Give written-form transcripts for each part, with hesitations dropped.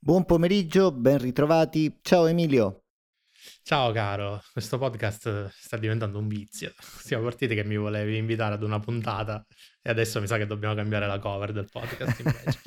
Buon pomeriggio, ben ritrovati. Ciao Emilio. Ciao caro, questo podcast sta diventando un vizio. Siamo partiti che mi volevi invitare ad una puntata e adesso mi sa che dobbiamo cambiare la cover del podcast invece.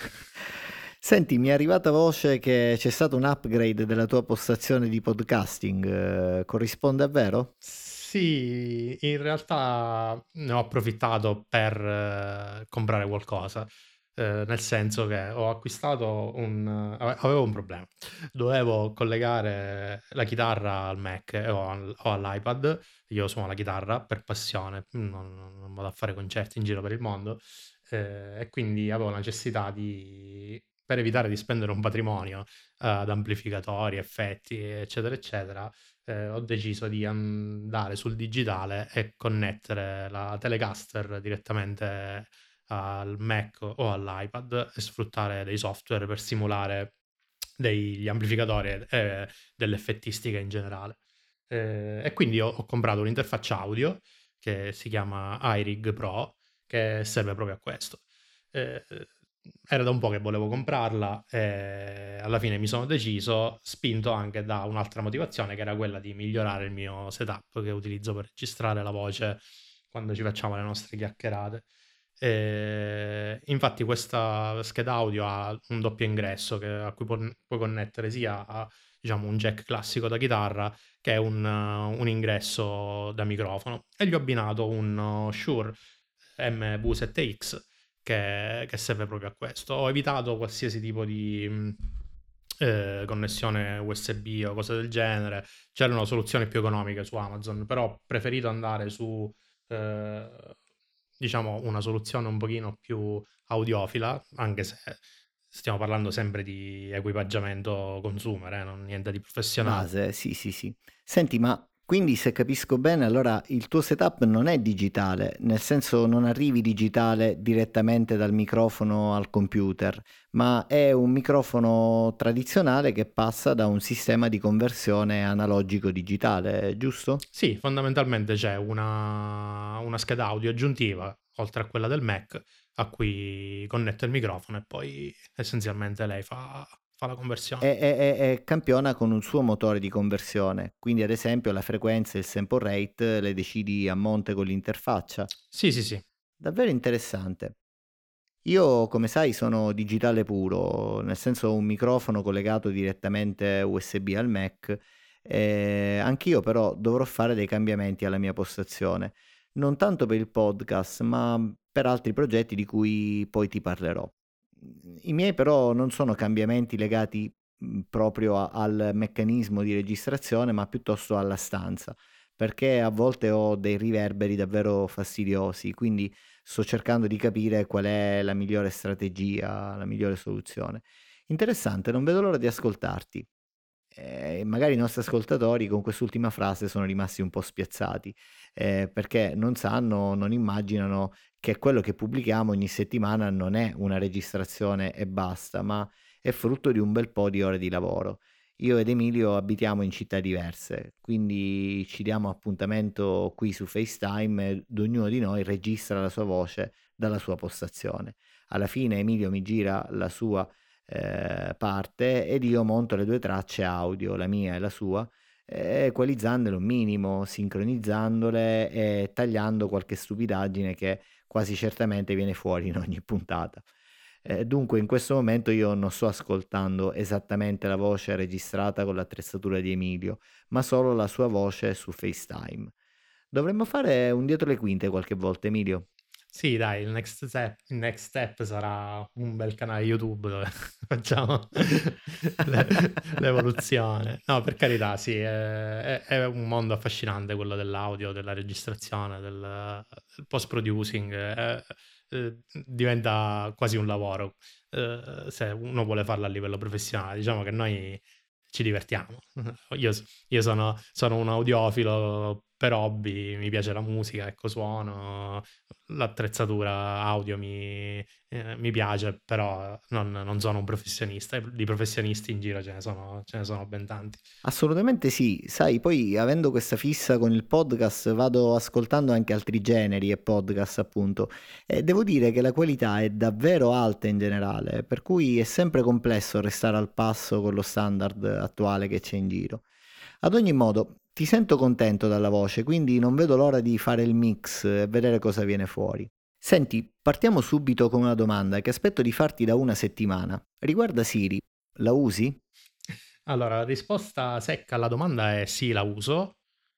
Senti, mi è arrivata voce che c'è stato un upgrade della tua postazione di podcasting. Corrisponde a vero? Sì, in realtà ne ho approfittato per comprare qualcosa, nel senso che ho acquistato avevo un problema. Dovevo collegare la chitarra al Mac o all'iPad. Io suono la chitarra per passione, non vado a fare concerti in giro per il mondo, e quindi avevo la necessità per evitare di spendere un patrimonio ad amplificatori, effetti, eccetera, eccetera. Ho deciso di andare sul digitale e connettere la Telecaster direttamente al Mac o all'iPad e sfruttare dei software per simulare degli amplificatori e dell'effettistica in generale. E quindi ho comprato un'interfaccia audio che si chiama iRig Pro, che serve proprio a questo. Eh, Era da un po' che volevo comprarla e alla fine mi sono deciso, spinto anche da un'altra motivazione che era quella di migliorare il mio setup che utilizzo per registrare la voce quando ci facciamo le nostre chiacchierate. Infatti questa scheda audio ha un doppio ingresso a cui puoi connettere sia a, diciamo, un jack classico da chitarra che un ingresso da microfono, e gli ho abbinato un Shure MV7X che serve proprio a questo. Ho evitato qualsiasi tipo di connessione USB o cose del genere. C'erano soluzioni più economiche su Amazon, però ho preferito andare su eh, diciamo una soluzione un pochino più audiofila, anche se stiamo parlando sempre di equipaggiamento consumer, non niente di professionale. Base, sì, sì, sì. Senti, ma quindi se capisco bene, allora il tuo setup non è digitale, nel senso non arrivi digitale direttamente dal microfono al computer, ma è un microfono tradizionale che passa da un sistema di conversione analogico-digitale, giusto? Sì, fondamentalmente c'è una scheda audio aggiuntiva, oltre a quella del Mac, a cui connetto il microfono e poi essenzialmente lei fa la conversione. E campiona con un suo motore di conversione, quindi ad esempio la frequenza e il sample rate le decidi a monte con l'interfaccia. Sì, sì, sì. Davvero interessante. Io, come sai, sono digitale puro, nel senso ho un microfono collegato direttamente USB al Mac. Anch'io però dovrò fare dei cambiamenti alla mia postazione, non tanto per il podcast, ma per altri progetti di cui poi ti parlerò. I miei però non sono cambiamenti legati proprio al meccanismo di registrazione, ma piuttosto alla stanza, perché a volte ho dei riverberi davvero fastidiosi, quindi sto cercando di capire qual è la migliore strategia, la migliore soluzione. Interessante, non vedo l'ora di ascoltarti. Magari i nostri ascoltatori con quest'ultima frase sono rimasti un po' spiazzati, perché non sanno, non immaginano che quello che pubblichiamo ogni settimana non è una registrazione e basta, ma è frutto di un bel po' di ore di lavoro. Io ed Emilio abitiamo in città diverse, quindi ci diamo appuntamento qui su FaceTime ed ognuno di noi registra la sua voce dalla sua postazione. Alla fine Emilio mi gira la sua parte ed io monto le due tracce audio, la mia e la sua, equalizzandole un minimo, sincronizzandole e tagliando qualche stupidaggine che quasi certamente viene fuori in ogni puntata. Dunque in questo momento io non sto ascoltando esattamente la voce registrata con l'attrezzatura di Emilio, ma solo la sua voce su FaceTime. Dovremmo fare un dietro le quinte qualche volta, Emilio. Sì, dai, il next step sarà un bel canale YouTube dove facciamo l'e- l'evoluzione. No, per carità, sì, è un mondo affascinante quello dell'audio, della registrazione, del post-producing. Diventa quasi un lavoro, se uno vuole farlo a livello professionale. Diciamo che noi ci divertiamo. Io, io sono un audiofilo per hobby, mi piace la musica, ecco, suono, l'attrezzatura audio mi piace, però non sono un professionista. Di professionisti in giro ce ne sono ben tanti. Assolutamente sì, sai, poi avendo questa fissa con il podcast vado ascoltando anche altri generi e podcast appunto e devo dire che la qualità è davvero alta in generale, per cui è sempre complesso restare al passo con lo standard attuale che c'è in giro. Ad ogni modo, ti sento contento dalla voce, quindi non vedo l'ora di fare il mix e vedere cosa viene fuori. Senti, partiamo subito con una domanda che aspetto di farti da una settimana. Riguarda Siri, la usi? Allora, la risposta secca alla domanda è sì, la uso.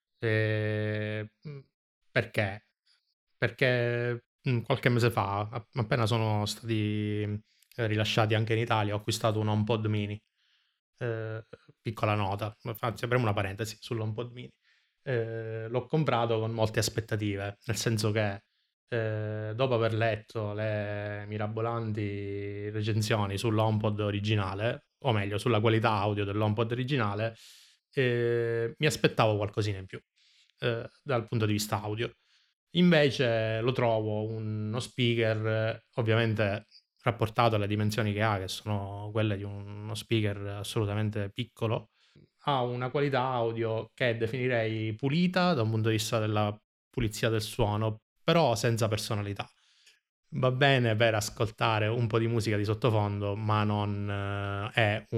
Perché? Perché qualche mese fa, appena sono stati rilasciati anche in Italia, ho acquistato un HomePod mini. Piccola nota, anzi, apriamo una parentesi sull'HomePod mini. L'ho comprato con molte aspettative, nel senso che dopo aver letto le mirabolanti recensioni sull'HomePod originale, o meglio, sulla qualità audio dell'HomePod originale, mi aspettavo qualcosina in più dal punto di vista audio. Invece lo trovo uno speaker, ovviamente rapportato alle dimensioni che ha, che sono quelle di uno speaker assolutamente piccolo, ha una qualità audio che definirei pulita da un punto di vista della pulizia del suono, però senza personalità. Va bene per ascoltare un po' di musica di sottofondo, ma non è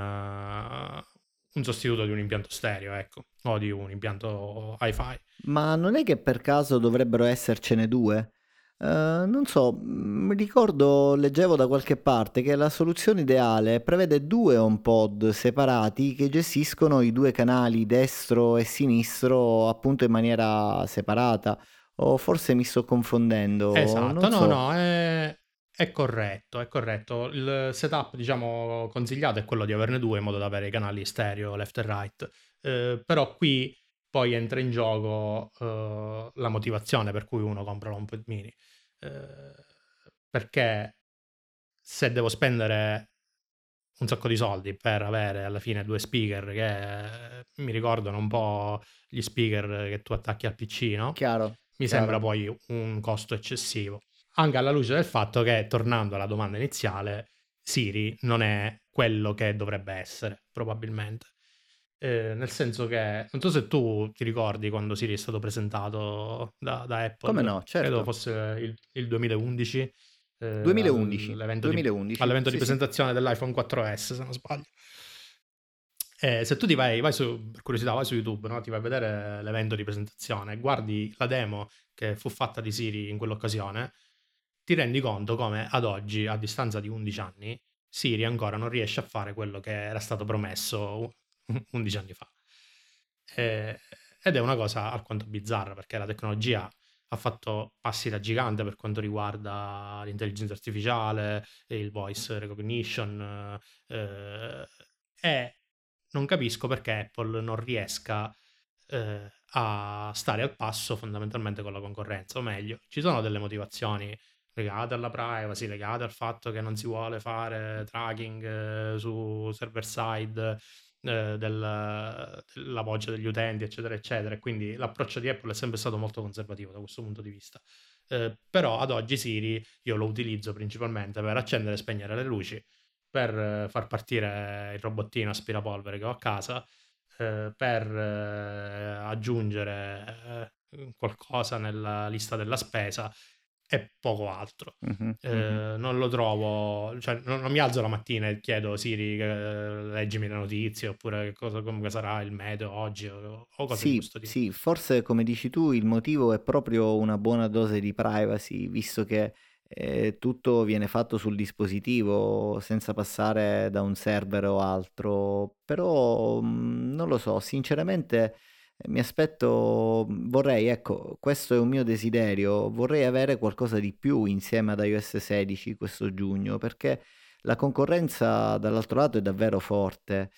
un sostituto di un impianto stereo, ecco, o di un impianto hi-fi. Ma non è che per caso dovrebbero essercene due? Non so, ricordo, leggevo da qualche parte che la soluzione ideale prevede due HomePod separati che gestiscono i due canali destro e sinistro appunto in maniera separata. O forse mi sto confondendo, Esatto, non no, so. no, è corretto, è corretto. Il setup, diciamo, consigliato è quello di averne due in modo da avere i canali stereo left e right. Però qui poi entra in gioco la motivazione per cui uno compra l'HomePod mini. Eh, Perché se devo spendere un sacco di soldi per avere alla fine due speaker che mi ricordano un po' gli speaker che tu attacchi al PC, no? Chiaro, Mi sembra chiaro. poi un costo eccessivo. Anche alla luce del fatto che, tornando alla domanda iniziale, Siri non è quello che dovrebbe essere, probabilmente. Nel senso che, non so se tu ti ricordi quando Siri è stato presentato da Come Apple, no, credo certo. fosse il 2011, 2011, all'evento di sì sì. presentazione dell'iPhone 4S, se non sbaglio. Se tu vai su, per curiosità, vai su YouTube, no? Ti vai a vedere l'evento di presentazione, guardi la demo che fu fatta di Siri in quell'occasione, ti rendi conto come ad oggi, a distanza di 11 anni, Siri ancora non riesce a fare quello che era stato promesso 11 anni fa. Eh, Ed è una cosa alquanto bizzarra perché la tecnologia ha fatto passi da gigante per quanto riguarda l'intelligenza artificiale, il voice recognition, e non capisco perché Apple non riesca a stare al passo fondamentalmente con la concorrenza, o meglio, ci sono delle motivazioni legate alla privacy, legate al fatto che non si vuole fare tracking su server side della voce degli utenti, eccetera, eccetera. E quindi l'approccio di Apple è sempre stato molto conservativo da questo punto di vista. Però ad oggi Siri io lo utilizzo principalmente per accendere e spegnere le luci, per far partire il robottino aspirapolvere che ho a casa, per aggiungere qualcosa nella lista della spesa e poco altro. Mhm, mhm. Non lo trovo, cioè non mi alzo la mattina e chiedo Siri, leggimi le notizie oppure che cosa, come sarà il meteo oggi o cose di Sì, questo tipo. sì, forse come dici tu il motivo è proprio una buona dose di privacy, visto che tutto viene fatto sul dispositivo senza passare da un server o altro, però non lo so, sinceramente mi aspetto, vorrei, ecco, questo è un mio desiderio, vorrei avere qualcosa di più insieme ad iOS 16 questo giugno, perché la concorrenza dall'altro lato è davvero forte.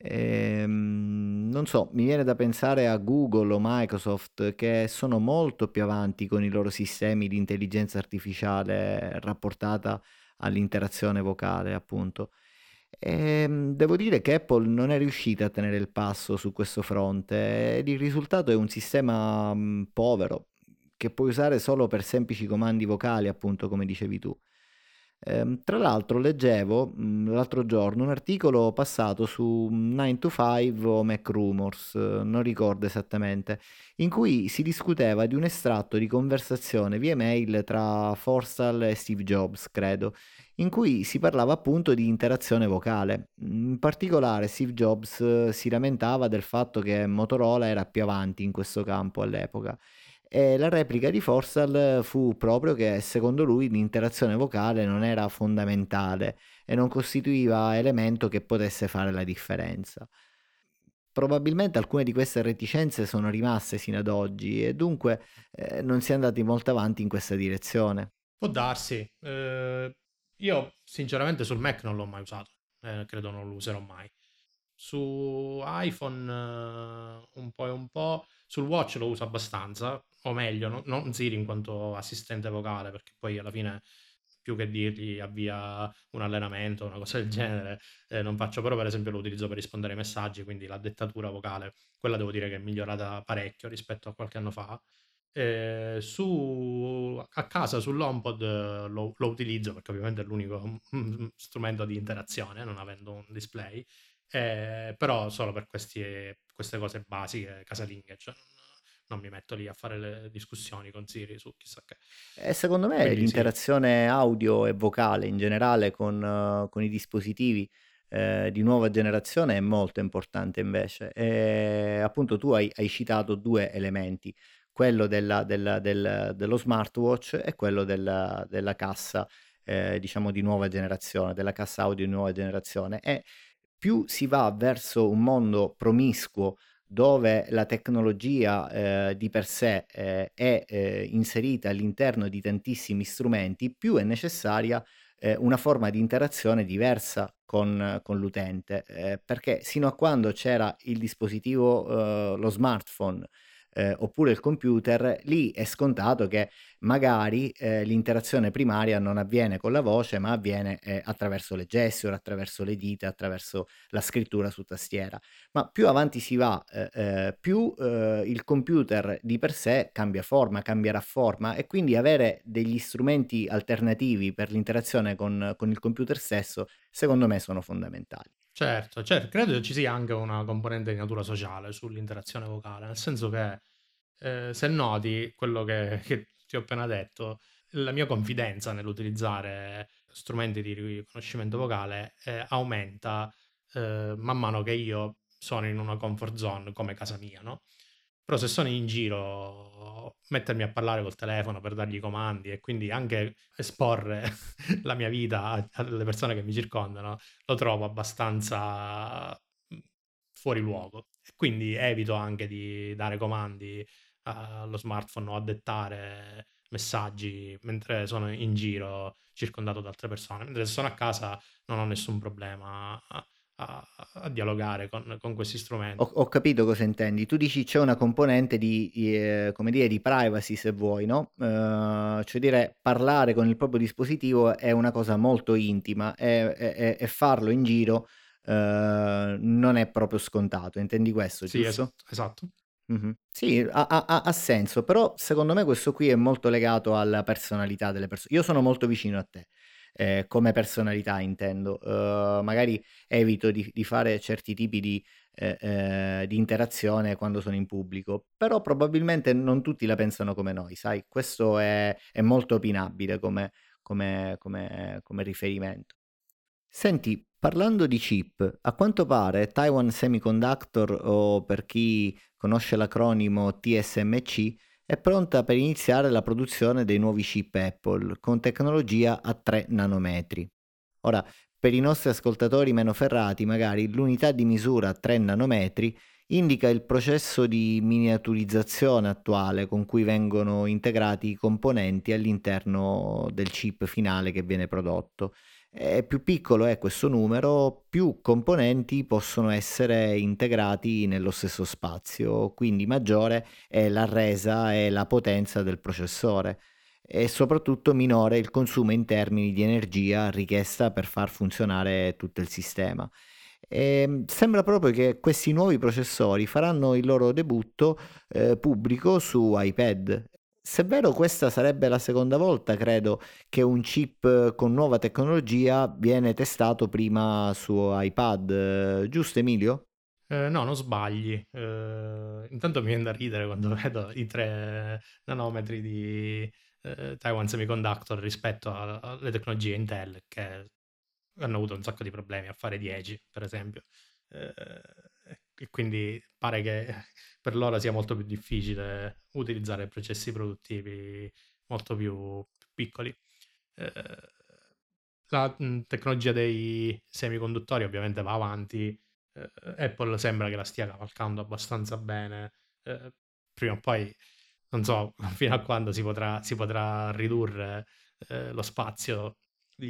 Non so, mi viene da pensare a Google o Microsoft che sono molto più avanti con i loro sistemi di intelligenza artificiale rapportata all'interazione vocale, appunto. Devo dire che Apple non è riuscita a tenere il passo su questo fronte ed il risultato è un sistema povero che puoi usare solo per semplici comandi vocali, appunto, come dicevi tu. Tra l'altro leggevo l'altro giorno un articolo passato su 9 to 5 o Mac Rumors, non ricordo esattamente, in cui si discuteva di un estratto di conversazione via mail tra Forstall e Steve Jobs, credo, in cui si parlava appunto di interazione vocale. In particolare Steve Jobs si lamentava del fatto che Motorola era più avanti in questo campo all'epoca. E la replica di Forstall fu proprio che secondo lui l'interazione vocale non era fondamentale e non costituiva elemento che potesse fare la differenza. Probabilmente alcune di queste reticenze sono rimaste sino ad oggi e dunque non si è andati molto avanti in questa direzione. Può darsi. Io sinceramente sul Mac non l'ho mai usato, credo non lo userò mai. Su iPhone un po' e un po', sul Watch lo uso abbastanza, o meglio, non Siri in quanto assistente vocale, perché poi alla fine più che dirgli avvia un allenamento, una cosa del genere, non faccio, però per esempio lo utilizzo per rispondere ai messaggi, quindi la dettatura vocale, quella devo dire che è migliorata parecchio rispetto a qualche anno fa. A casa sull'HomePod lo utilizzo perché ovviamente è l'unico strumento di interazione, non avendo un display, però solo per queste cose basiche, casalinghe, cioè non mi metto lì a fare le discussioni con Siri su chissà che. E secondo me Quindi sì, l'interazione audio e vocale in generale con i dispositivi di nuova generazione è molto importante invece. E appunto tu hai citato due elementi, quello dello smartwatch e quello della cassa, diciamo di nuova generazione, della cassa audio di nuova generazione. E più si va verso un mondo promiscuo dove la tecnologia di per sé è inserita all'interno di tantissimi strumenti, più è necessaria una forma di interazione diversa con l'utente, perché sino a quando c'era il dispositivo, lo smartphone, oppure il computer, lì è scontato che magari l'interazione primaria non avviene con la voce, ma avviene attraverso le gesture, attraverso le dita, attraverso la scrittura su tastiera. Ma più avanti si va, più il computer di per sé cambia forma, cambierà forma e quindi avere degli strumenti alternativi per l'interazione con il computer stesso, secondo me sono fondamentali. certo, certo, credo ci sia anche una componente di natura sociale sull'interazione vocale, nel senso che se noti quello che ti ho appena detto, la mia confidenza nell'utilizzare strumenti di riconoscimento vocale aumenta man mano che io sono in una comfort zone come casa mia, no? Però se sono in giro, mettermi a parlare col telefono per dargli comandi e quindi anche esporre la mia vita alle persone che mi circondano, lo trovo abbastanza fuori luogo. E quindi evito anche di dare comandi allo smartphone o a dettare messaggi mentre sono in giro circondato da altre persone. Mentre se sono a casa non ho nessun problema a dialogare con questi strumenti. Ho capito cosa intendi. Tu dici c'è una componente come dire, di privacy se vuoi, no, cioè dire parlare con il proprio dispositivo è una cosa molto intima e farlo in giro, non è proprio scontato. Intendi questo, Sì, giusto? esatto, esatto. Mh-mh. Sì, ha senso, però secondo me questo qui è molto legato alla personalità delle io sono molto vicino a te, come personalità intendo. Magari evito di fare certi tipi di interazione quando sono in pubblico, però probabilmente non tutti la pensano come noi, sai, questo è molto opinabile come riferimento. Senti, parlando di chip, a quanto pare Taiwan Semiconductor, o per chi conosce l'acronimo TSMC, è pronta per iniziare la produzione dei nuovi chip Apple con tecnologia a 3 nanometri. Ora, per i nostri ascoltatori meno ferrati, magari l'unità di misura 3 nanometri indica il processo di miniaturizzazione attuale con cui vengono integrati i componenti all'interno del chip finale che viene prodotto. Più piccolo è questo numero, più componenti possono essere integrati nello stesso spazio, quindi maggiore è la resa e la potenza del processore. e soprattutto minore il consumo in termini di energia richiesta per far funzionare tutto il sistema. Sembra proprio che questi nuovi processori faranno il loro debutto pubblico su iPad. Se è vero, questa sarebbe la seconda volta, credo, che un chip con nuova tecnologia viene testato prima su iPad, giusto Emilio? No, non sbagli. Intanto mi viene da ridere quando vedo i 3 nanometri di Taiwan Semiconductor rispetto alle tecnologie Intel che hanno avuto un sacco di problemi a fare 10, per esempio. Eh, e quindi pare che per loro sia molto più difficile utilizzare processi produttivi molto più piccoli. Eh, la tecnologia dei semiconduttori ovviamente va avanti. Apple sembra che la stia cavalcando abbastanza bene. Eh, prima o poi, non so fino a quando si potrà ridurre lo spazio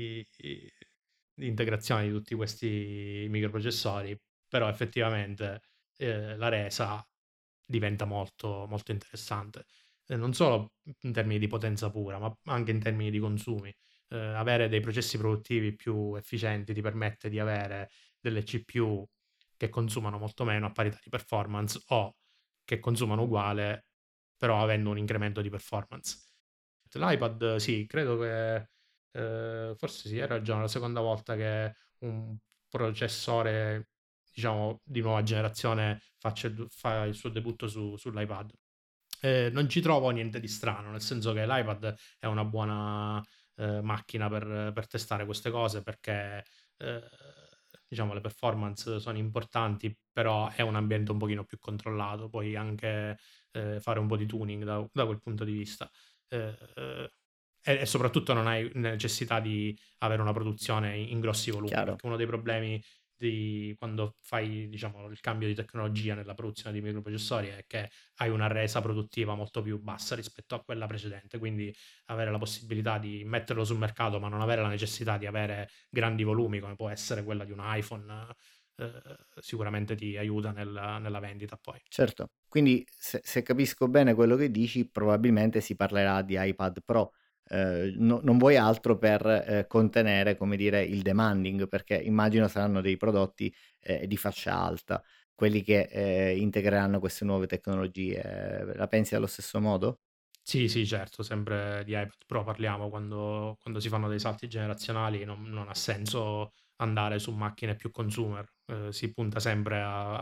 di integrazione di tutti questi microprocessori, però effettivamente la resa diventa molto, molto interessante. Non solo in termini di potenza pura, ma anche in termini di consumi. Avere dei processi produttivi più efficienti ti permette di avere delle CPU che consumano molto meno a parità di performance o che consumano uguale, però avendo un incremento di performance. L'iPad, sì, credo che forse sì, hai ragione, la seconda volta che un processore, diciamo, di nuova generazione fa il suo debutto sull'iPad. Non ci trovo niente di strano, nel senso che l'iPad è una buona macchina per testare queste cose perché eh, diciamo le performance sono importanti, però è un ambiente un pochino più controllato, puoi anche fare un po' di tuning da quel punto di vista. Eh, eh, e soprattutto non hai necessità di avere una produzione in grossi volumi, Chiaro. perché uno dei problemi di quando fai, diciamo, il cambio di tecnologia nella produzione di microprocessori è che hai una resa produttiva molto più bassa rispetto a quella precedente, quindi avere la possibilità di metterlo sul mercato ma non avere la necessità di avere grandi volumi come può essere quella di un iPhone sicuramente ti aiuta nella vendita poi. Certo, quindi se capisco bene quello che dici, probabilmente si parlerà di iPad Pro. Non vuoi altro per contenere, come dire, il demanding, perché immagino saranno dei prodotti di fascia alta, quelli che integreranno queste nuove tecnologie. La pensi allo stesso modo? Sì, sì, certo, sempre di iPad Pro parliamo quando si fanno dei salti generazionali, non ha senso andare su macchine più consumer, si punta sempre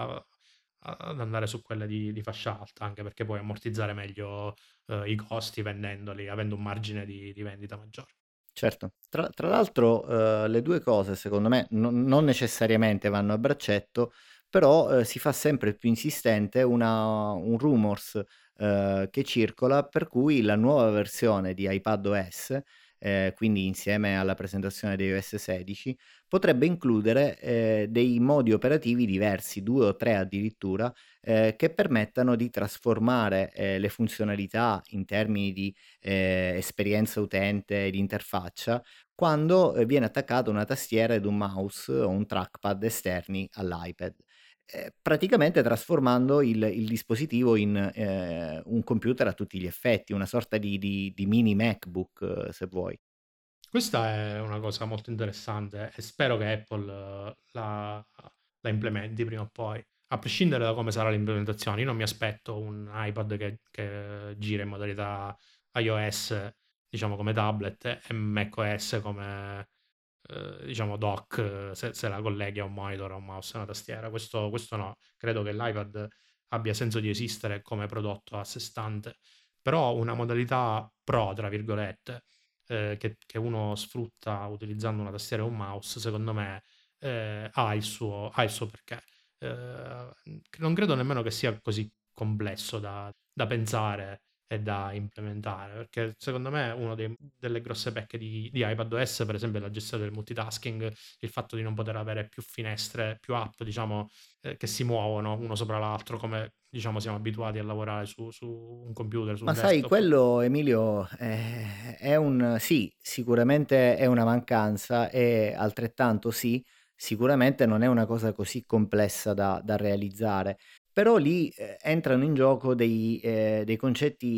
ad andare su quelle di fascia alta, anche perché puoi ammortizzare meglio i costi vendendoli, avendo un margine di vendita maggiore. Certo. Tra l'altro, le 2 cose secondo me non necessariamente vanno a braccetto, però, si fa sempre più insistente un rumors, che circola per cui la nuova versione di iPadOS, quindi insieme alla presentazione di iOS 16, potrebbe includere, dei modi operativi diversi, 2 o 3 addirittura, che permettano di trasformare, le funzionalità in termini di esperienza utente, di interfaccia, quando viene attaccata una tastiera ed un mouse o un trackpad esterni all'iPad. Praticamente trasformando il dispositivo in un computer a tutti gli effetti, una sorta di mini MacBook, se vuoi. Questa è una cosa molto interessante e spero che Apple la implementi prima o poi. A prescindere da come sarà l'implementazione, io non mi aspetto un iPad che gira in modalità iOS, diciamo come tablet, e macOS come, diciamo, dock, se la colleghi a un monitor, a un mouse e una tastiera. Questo no. Credo che l'iPad abbia senso di esistere come prodotto a sé stante, però una modalità pro, tra virgolette, che uno sfrutta utilizzando una tastiera e un mouse, secondo me ha il suo perché. Non credo nemmeno che sia così complesso da pensare e da implementare, perché secondo me delle grosse pecche di iPadOS, per esempio, è la gestione del multitasking, il fatto di non poter avere più finestre, più app, diciamo, che si muovono uno sopra l'altro, come diciamo siamo abituati a lavorare su un computer, su Ma un sai, desktop. quello Emilio, è un sì, sicuramente è una mancanza e altrettanto sì, sicuramente non è una cosa così complessa da realizzare, però lì, entrano in gioco dei concetti,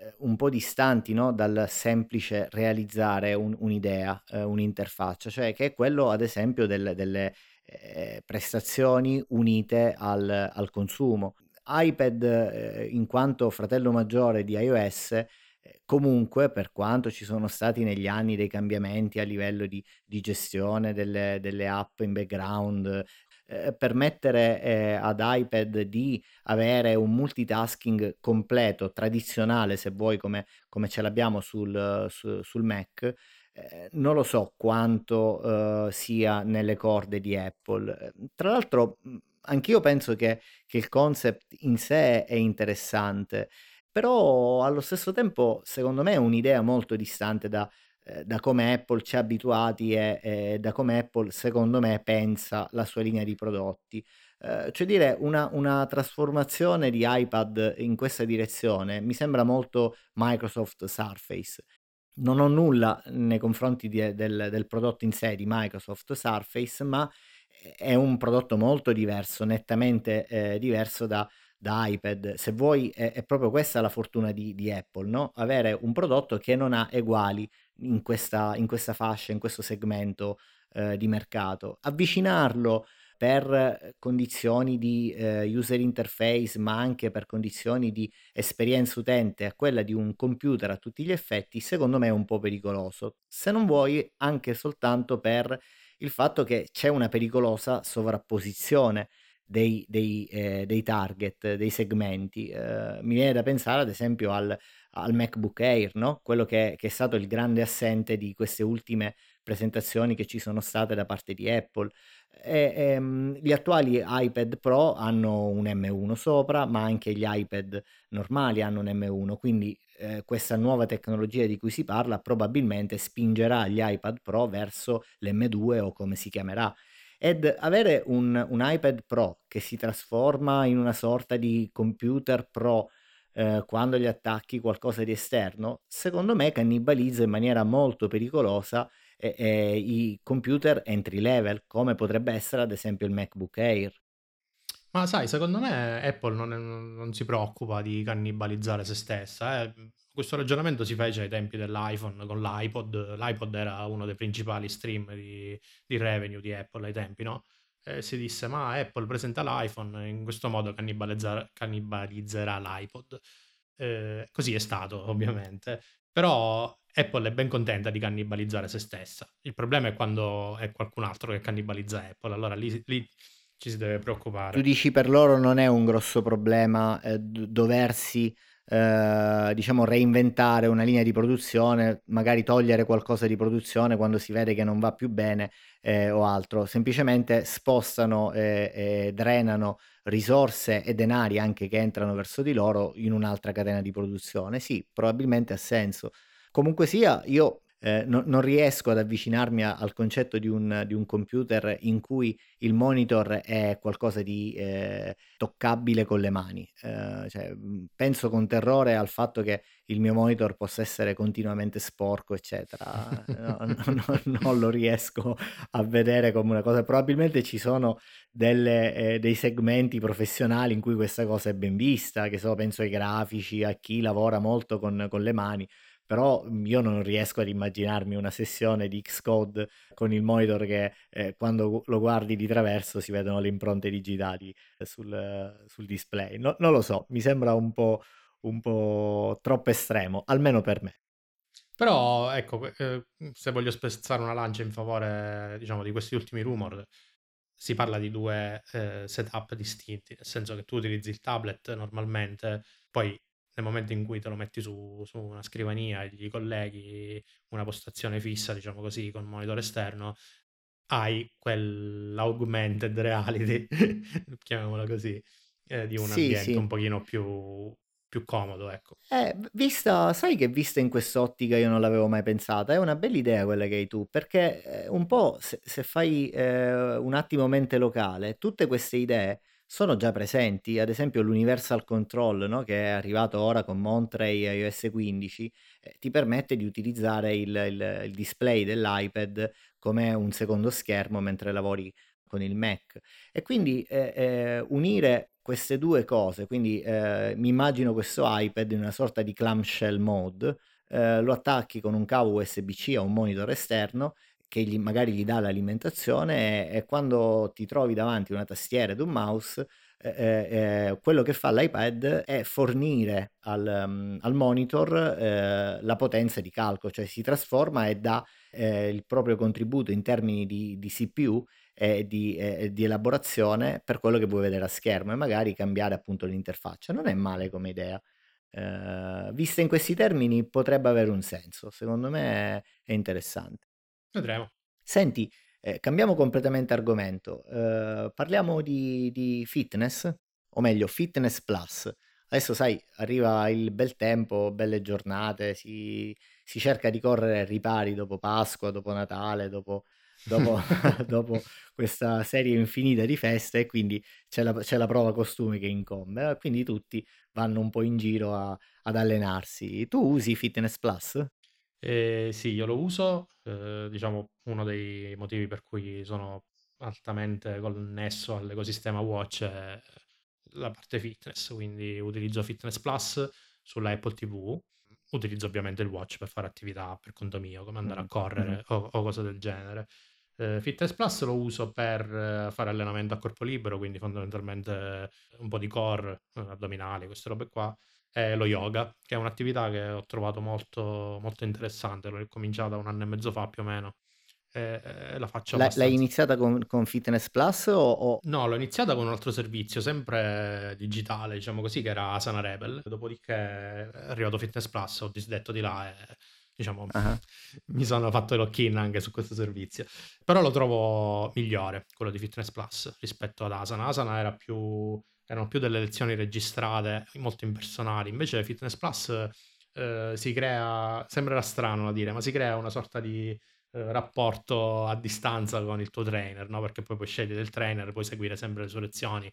un po' distanti, no, dal semplice realizzare un'idea, un'interfaccia, cioè che è quello ad esempio delle, prestazioni unite al consumo. iPad, in quanto fratello maggiore di iOS, comunque per quanto ci sono stati negli anni dei cambiamenti a livello di gestione delle app in background, permettere, ad iPad di avere un multitasking completo, tradizionale se vuoi come ce l'abbiamo sul Mac, non lo so quanto, sia nelle corde di Apple. Tra l'altro, anch'io penso che il concept in sé è interessante, però allo stesso tempo secondo me è un'idea molto distante da come Apple ci ha abituati e da come Apple secondo me pensa la sua linea di prodotti. Cioè dire una trasformazione di iPad in questa direzione mi sembra molto Microsoft Surface. Non ho nulla nei confronti del prodotto in sé di Microsoft Surface, ma è un prodotto molto diverso, nettamente, diverso da iPad. Se vuoi è proprio questa la fortuna di Apple, no, avere un prodotto che non ha eguali in questa fascia, in questo segmento, di mercato. Avvicinarlo per condizioni di, user interface, ma anche per condizioni di esperienza utente a quella di un computer a tutti gli effetti, secondo me è un po' pericoloso. Se non vuoi anche soltanto per il fatto che c'è una pericolosa sovrapposizione dei target, dei segmenti. Mi viene da pensare ad esempio al MacBook Air, no, quello che è stato il grande assente di queste ultime presentazioni che ci sono state da parte di Apple. Gli attuali iPad Pro hanno un M1 sopra, ma anche gli iPad normali hanno un M1, quindi, questa nuova tecnologia di cui si parla probabilmente spingerà gli iPad Pro verso l'M2 o come si chiamerà. Ed avere un iPad Pro che si trasforma in una sorta di computer pro, quando gli attacchi qualcosa di esterno, secondo me cannibalizza in maniera molto pericolosa, i computer entry level, come potrebbe essere ad esempio il MacBook Air. Ma sai, secondo me Apple non si preoccupa di cannibalizzare se stessa. Questo ragionamento si fece ai tempi dell'iPhone con l'iPod. L'iPod era uno dei principali stream di revenue di Apple ai tempi, no? Si disse, ma Apple presenta l'iPhone, in questo modo cannibalizzerà l'iPod. Così è stato, ovviamente. Però Apple è ben contenta di cannibalizzare se stessa. Il problema è quando è qualcun altro che cannibalizza Apple. Allora lì ci si deve Tu preoccupare. dici per loro non è un grosso problema, doversi, diciamo reinventare una linea di produzione, magari togliere qualcosa di produzione quando si vede che non va più bene, o altro. Semplicemente spostano e drenano risorse e denari anche che entrano verso di loro in un'altra catena di produzione. Sì, probabilmente ha senso. Comunque sia, io, non riesco ad avvicinarmi al concetto di un computer in cui il monitor è qualcosa di, toccabile con le mani. Cioè, penso con terrore al fatto che il mio monitor possa essere continuamente sporco, eccetera. Non lo riesco a vedere come una cosa, probabilmente ci sono dei segmenti professionali in cui questa cosa è ben vista, che so, penso ai grafici, a chi lavora molto con le mani, però, io non riesco ad immaginarmi una sessione di Xcode con il monitor che, quando lo guardi di traverso si vedono le impronte digitali sul display. Non lo so, mi sembra un po' troppo estremo, almeno per me. Però, ecco, se voglio spezzare una lancia in favore, diciamo, di questi ultimi rumor, si parla di due setup distinti, nel senso che tu utilizzi il tablet normalmente, poi nel momento in cui te lo metti su una scrivania e gli colleghi una postazione fissa, diciamo così, con monitor esterno, hai quell'augmented reality, chiamiamola così, di un Sì, ambiente sì. un pochino più comodo, ecco. Vista sai che vista in quest'ottica io non l'avevo mai pensata, è una bella idea quella che hai tu, perché, un po' se fai, un attimo mente locale, tutte queste idee sono già presenti, ad esempio l'Universal Control, no, che è arrivato ora con Monterey iOS 15, ti permette di utilizzare il display dell'iPad come un secondo schermo mentre lavori con il Mac. E quindi unire queste due cose, quindi mi immagino questo iPad in una sorta di clamshell mode, lo attacchi con un cavo USB-C a un monitor esterno che magari gli dà l'alimentazione e quando ti trovi davanti una tastiera ed un mouse, quello che fa l'iPad è fornire al monitor la potenza di calcolo, cioè si trasforma e dà il proprio contributo in termini di CPU e di elaborazione per quello che vuoi vedere a schermo e magari cambiare appunto l'interfaccia. Non è male come idea. Vista in questi termini potrebbe avere un senso, secondo me è interessante. Vedremo. Senti, cambiamo completamente argomento, parliamo di fitness, o meglio fitness plus. Adesso sai, arriva il bel tempo, belle giornate, si cerca di correre ai ripari dopo Pasqua, dopo Natale, dopo dopo questa serie infinita di feste e quindi c'è la prova costumi che incombe, quindi tutti vanno un po' in giro ad allenarsi. Tu usi Fitness Plus? Sì, io lo uso, diciamo uno dei motivi per cui sono altamente connesso all'ecosistema Watch è la parte fitness, quindi utilizzo Fitness Plus sulla Apple TV, utilizzo ovviamente il Watch per fare attività per conto mio, come andare a Mh, mh-mh. correre o cose del genere. Fitness Plus lo uso per fare allenamento a corpo libero, quindi fondamentalmente un po' di core, addominali, queste robe qua, e lo yoga, che è un'attività che ho trovato molto, molto interessante. L'ho cominciata 1 anno e mezzo fa più o meno e la faccio L'hai abbastanza. iniziata con Fitness Plus o No, l'ho iniziata con un altro servizio, sempre digitale, diciamo così, che era Asana Rebel. Dopodiché è arrivato Fitness Plus, ho disdetto di là e diciamo ah-ah. mi sono fatto il lock-in anche su questo servizio. Però lo trovo migliore, quello di Fitness Plus, rispetto ad Asana. Asana erano più delle lezioni registrate, molto impersonali. Invece Fitness Plus si crea, sembrerà strano da dire, ma si crea una sorta di rapporto a distanza con il tuo trainer, no? Perché poi puoi scegliere il trainer, puoi seguire sempre le sue lezioni.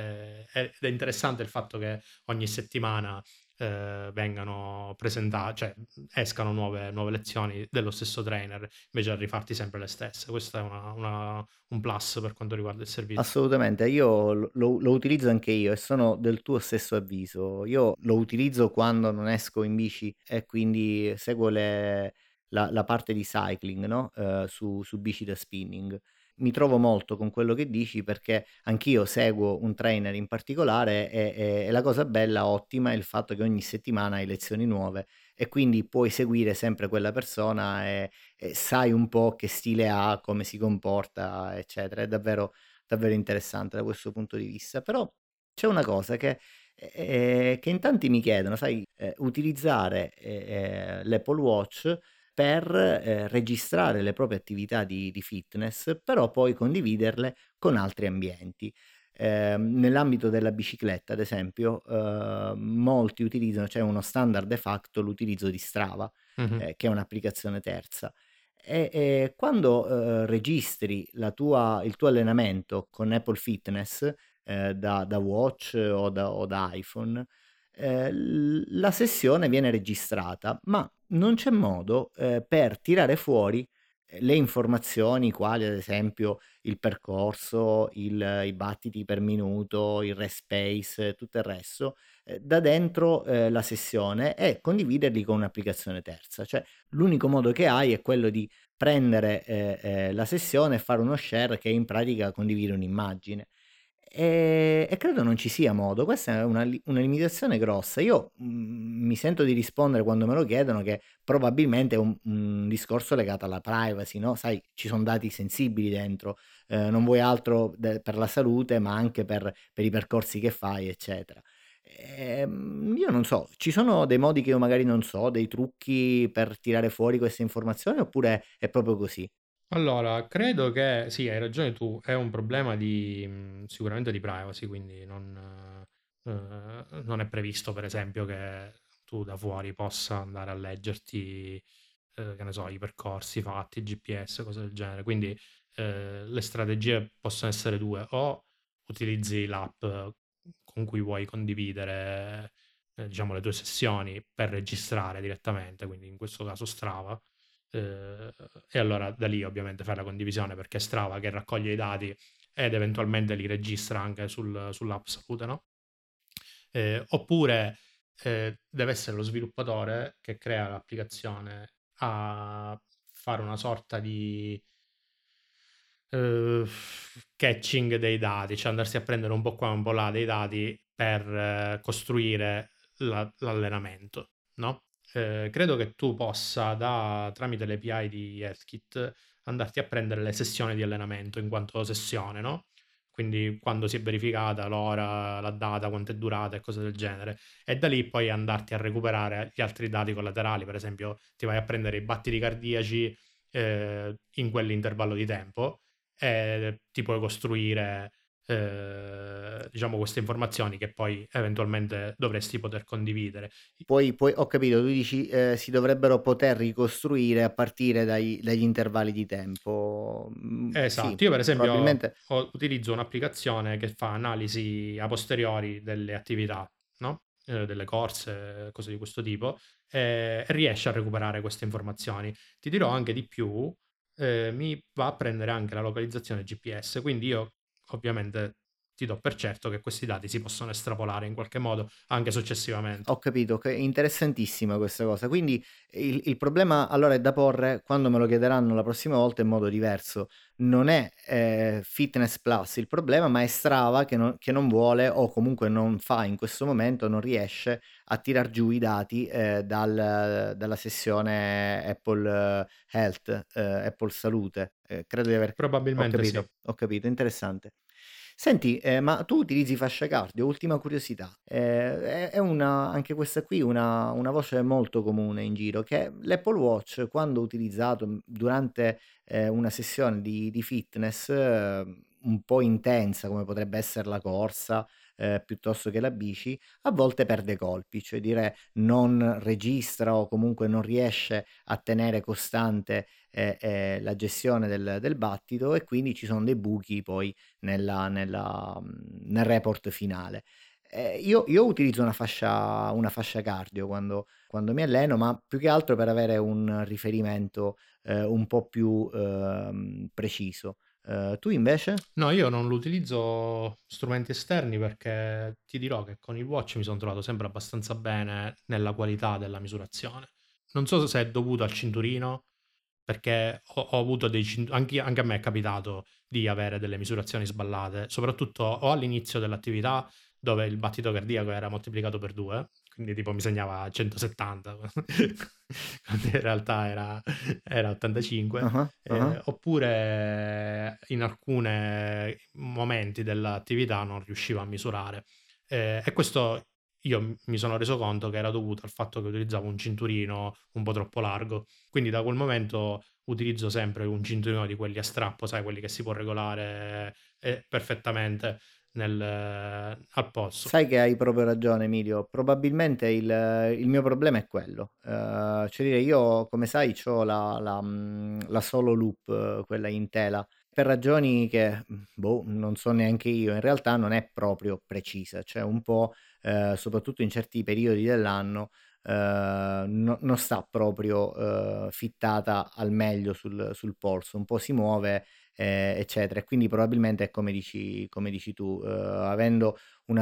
Ed è interessante il fatto che ogni settimana vengano presentate, cioè escano nuove lezioni dello stesso trainer invece di rifarti sempre le stesse. Questo è un plus per quanto riguarda il servizio. Assolutamente, io lo utilizzo anche io e sono del tuo stesso avviso. Io lo utilizzo quando non esco in bici e quindi seguo la parte di cycling, no, su bici da spinning. Mi trovo molto con quello che dici perché anch'io seguo un trainer in particolare e la cosa bella, ottima, è il fatto che ogni settimana hai lezioni nuove e quindi puoi seguire sempre quella persona e sai un po' che stile ha, come si comporta, eccetera. È davvero interessante da questo punto di vista. Però c'è una cosa che in tanti mi chiedono, sai, utilizzare, l'Apple Watch per, registrare le proprie attività di fitness, però poi condividerle con altri ambienti. Nell'ambito della bicicletta, ad esempio, molti utilizzano c'è uno standard de facto l'utilizzo di Strava, Mhm. che è un'applicazione terza. Quando, registri il tuo allenamento con Apple Fitness, da watch o da iPhone, la sessione viene registrata, ma non c'è modo, per tirare fuori, le informazioni quali ad esempio il percorso, i battiti per minuto, il rest pace, tutto il resto, da dentro, la sessione e condividerli con un'applicazione terza. Cioè, l'unico modo che hai è quello di prendere, la sessione e fare uno share che in pratica condivide un'immagine. E credo non ci sia modo. Questa è una limitazione grossa. Io, mi sento di rispondere quando me lo chiedono che probabilmente è un discorso legato alla privacy, no, sai ci son dati sensibili dentro, non vuoi altro per la salute, ma anche per i percorsi che fai, eccetera. Io non so, ci sono dei modi che io magari non so, dei trucchi per tirare fuori queste informazioni oppure è proprio così? Allora, credo che sì, hai ragione tu, è un problema sicuramente di privacy, quindi non è previsto, per esempio, che tu da fuori possa andare a leggerti, che ne so, i percorsi fatti, il GPS, cose del genere. Quindi le strategie possono essere due: o utilizzi l'app con cui vuoi condividere, diciamo, le tue sessioni per registrare direttamente, quindi in questo caso Strava, e allora da lì ovviamente fai la condivisione perché è Strava che raccoglie i dati ed eventualmente li registra anche sull'app Salute, no? Oppure deve essere lo sviluppatore che crea l'applicazione a fare una sorta di eh, catching dei dati, cioè andarsi a prendere un po' qua, un po' là dei dati per costruire l'allenamento, no? Credo che tu possa, tramite le API di HealthKit, andarti a prendere le sessioni di allenamento in quanto sessione, no? Quindi quando si è verificata l'ora, la data, quanto è durata e cose del genere. E da lì poi andarti a recuperare gli altri dati collaterali, per esempio ti vai a prendere i battiti cardiaci in quell'intervallo di tempo e ti puoi costruire diciamo queste informazioni che poi eventualmente dovresti poter condividere. Poi ho capito, tu dici, si dovrebbero poter ricostruire a partire dagli intervalli di tempo. Sì, Esatto, io per esempio probabilmente utilizzo un'applicazione che fa analisi a posteriori delle attività, no? Delle corse, cose di questo tipo, e riesce a recuperare queste informazioni. Ti dirò anche di più, mi va a prendere anche la localizzazione GPS, quindi io ovviamente ti do per certo che questi dati si possono estrapolare in qualche modo anche successivamente. ho capito, che interessantissima questa cosa. Quindi il problema allora è da porre, quando me lo chiederanno la prossima volta, in modo diverso. Non è, Fitness Plus il problema, ma è Strava che non vuole o comunque non fa in questo momento, non riesce a tirar giù i dati, dalla sessione Apple Health, Apple Salute. Credo di aver Probabilmente sì. ho capito, interessante. Senti, ma tu utilizzi fascia cardio? Ultima curiosità. È anche questa qui una voce molto comune in giro, che l'Apple Watch quando utilizzato, durante, una sessione di fitness, un po' intensa, come potrebbe essere la corsa, piuttosto che la bici, a volte perde colpi, cioè dire non registra o comunque non riesce a tenere costante, la gestione del battito e quindi ci sono dei buchi poi nel report finale. Io utilizzo una fascia cardio quando mi alleno, ma più che altro per avere un riferimento, un po' più, preciso. Tu invece? No, io non utilizzo strumenti esterni perché ti dirò che con il watch mi sono trovato sempre abbastanza bene nella qualità della misurazione. Non so se è dovuto al cinturino, perché ho avuto anche a me è capitato di avere delle misurazioni sballate, soprattutto o all'inizio dell'attività dove il battito cardiaco era moltiplicato per 2, quindi tipo mi segnava 170, quando in realtà era 85. Ah-ah, ah-ah. Oppure in alcuni momenti dell'attività non riuscivo a misurare. E questo io mi sono reso conto che era dovuto al fatto che utilizzavo un cinturino un po' troppo largo. Quindi da quel momento utilizzo sempre un cinturino di quelli a strappo, sai, quelli che si può regolare perfettamente al polso. Sai che hai proprio ragione Emilio, probabilmente il mio problema è quello. Cioè dire io come sai c'ho la Solo Loop, quella in tela, per ragioni che, boh, non so neanche io, in realtà non è proprio precisa, cioè un po', soprattutto in certi periodi dell'anno, non sta proprio, fittata al meglio sul polso, un po' si muove, eccetera. E quindi probabilmente è come dici tu, avendo